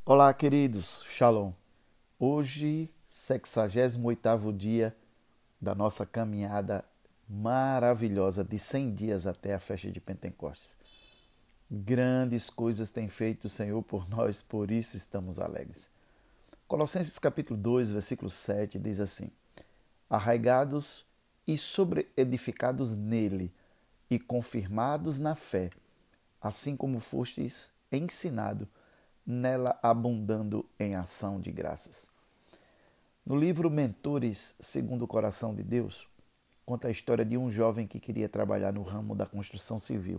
Olá, queridos. Shalom. Hoje, 68º dia da nossa caminhada maravilhosa de 100 dias até a festa de Pentecostes. Grandes coisas tem feito o Senhor por nós, por isso estamos alegres. Colossenses capítulo 2, versículo 7 diz assim: Arraigados e sobreedificados nele e confirmados na fé, assim como fostes ensinado, nela abundando em ação de graças. No livro Mentores segundo o Coração de Deus, conta a história de um jovem que queria trabalhar no ramo da construção civil.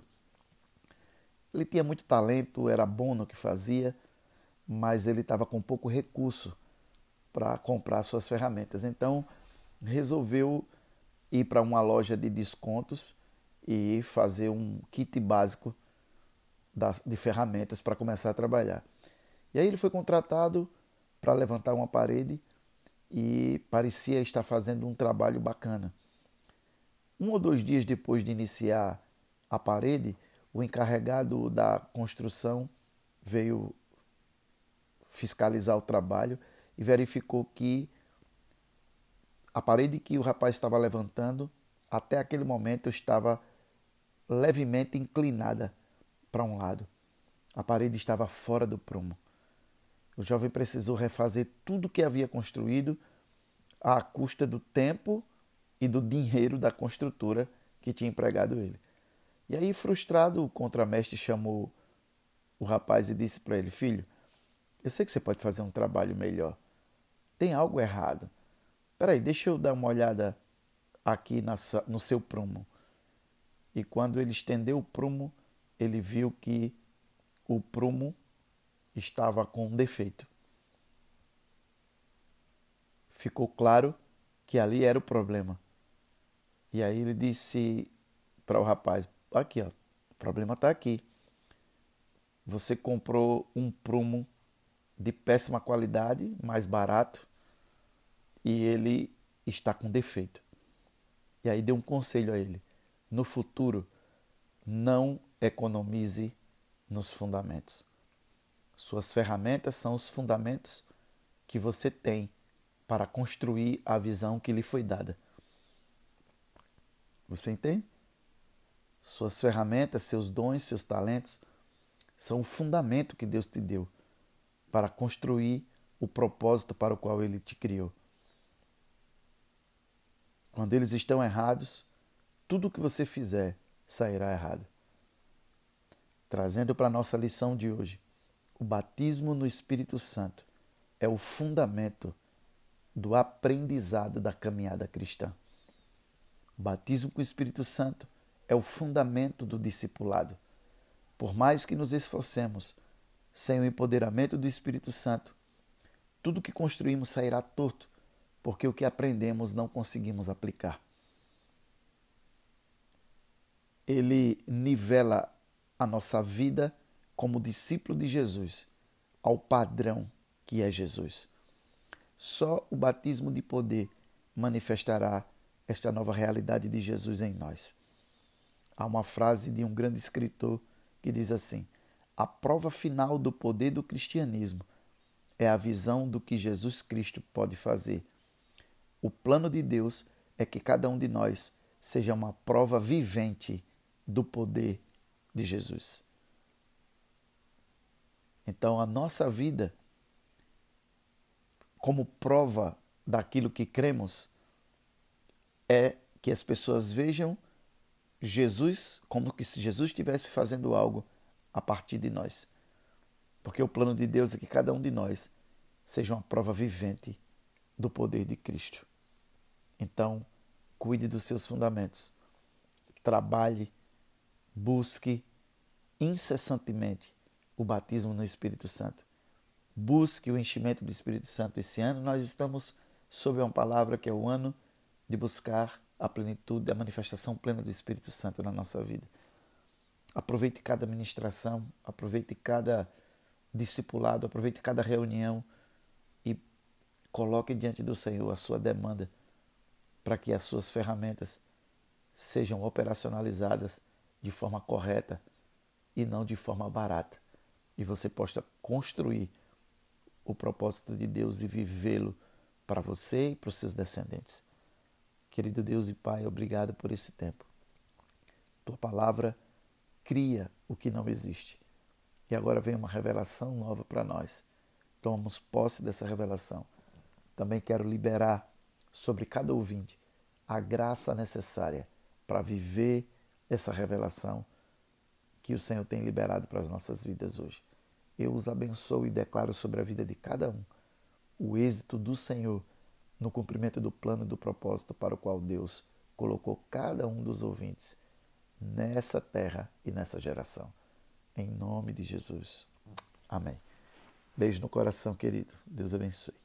Ele tinha muito talento, era bom no que fazia, mas ele estava com pouco recurso para comprar suas ferramentas. Então, resolveu ir para uma loja de descontos e fazer um kit básico de ferramentas para começar a trabalhar. E aí ele foi contratado para levantar uma parede e parecia estar fazendo um trabalho bacana. 1 ou 2 dias depois de iniciar a parede, o encarregado da construção veio fiscalizar o trabalho e verificou que a parede que o rapaz estava levantando, até aquele momento, estava levemente inclinada para um lado. A parede estava fora do prumo. O jovem precisou refazer tudo o que havia construído à custa do tempo e do dinheiro da construtora que tinha empregado ele. E aí, frustrado, o contramestre chamou o rapaz e disse para ele: Filho, eu sei que você pode fazer um trabalho melhor. Tem algo errado. Espera aí, deixa eu dar uma olhada aqui no seu prumo. E quando ele estendeu o prumo, ele viu que o prumo estava com um defeito. Ficou claro que ali era o problema. E aí ele disse para o rapaz: Aqui, ó, o problema está aqui. Você comprou um prumo de péssima qualidade, mais barato, e ele está com defeito. E aí deu um conselho a ele: no futuro, não economize nos fundamentos. Suas ferramentas são os fundamentos que você tem para construir a visão que lhe foi dada. Você entende? Suas ferramentas, seus dons, seus talentos são o fundamento que Deus te deu para construir o propósito para o qual Ele te criou. Quando eles estão errados, tudo o que você fizer sairá errado. Trazendo para a nossa lição de hoje, o batismo no Espírito Santo é o fundamento do aprendizado da caminhada cristã. O batismo com o Espírito Santo é o fundamento do discipulado. Por mais que nos esforcemos, sem o empoderamento do Espírito Santo, tudo que construímos sairá torto, porque o que aprendemos não conseguimos aplicar. Ele nivela a nossa vida como discípulo de Jesus ao padrão que é Jesus. Só o batismo de poder manifestará esta nova realidade de Jesus em nós. Há uma frase de um grande escritor que diz assim: a prova final do poder do cristianismo é a visão do que Jesus Cristo pode fazer. O plano de Deus é que cada um de nós seja uma prova vivente do poder de Jesus. Então, a nossa vida, como prova daquilo que cremos, é que as pessoas vejam Jesus como que se Jesus estivesse fazendo algo a partir de nós. Porque o plano de Deus é que cada um de nós seja uma prova vivente do poder de Cristo. Então, cuide dos seus fundamentos. Trabalhe, busque incessantemente o batismo no Espírito Santo. Busque o enchimento do Espírito Santo. Esse ano nós estamos sob uma palavra que é o ano de buscar a plenitude, a manifestação plena do Espírito Santo na nossa vida. Aproveite cada ministração, aproveite cada discipulado, aproveite cada reunião e coloque diante do Senhor a sua demanda para que as suas ferramentas sejam operacionalizadas de forma correta e não de forma barata. E você possa construir o propósito de Deus e vivê-lo para você e para os seus descendentes. Querido Deus e Pai, obrigado por esse tempo. Tua palavra cria o que não existe. E agora vem uma revelação nova para nós. Tomamos posse dessa revelação. Também quero liberar sobre cada ouvinte a graça necessária para viver essa revelação que o Senhor tem liberado para as nossas vidas hoje. Eu os abençoo e declaro sobre a vida de cada um o êxito do Senhor no cumprimento do plano e do propósito para o qual Deus colocou cada um dos ouvintes nessa terra e nessa geração. Em nome de Jesus. Amém. Beijo no coração, querido. Deus abençoe.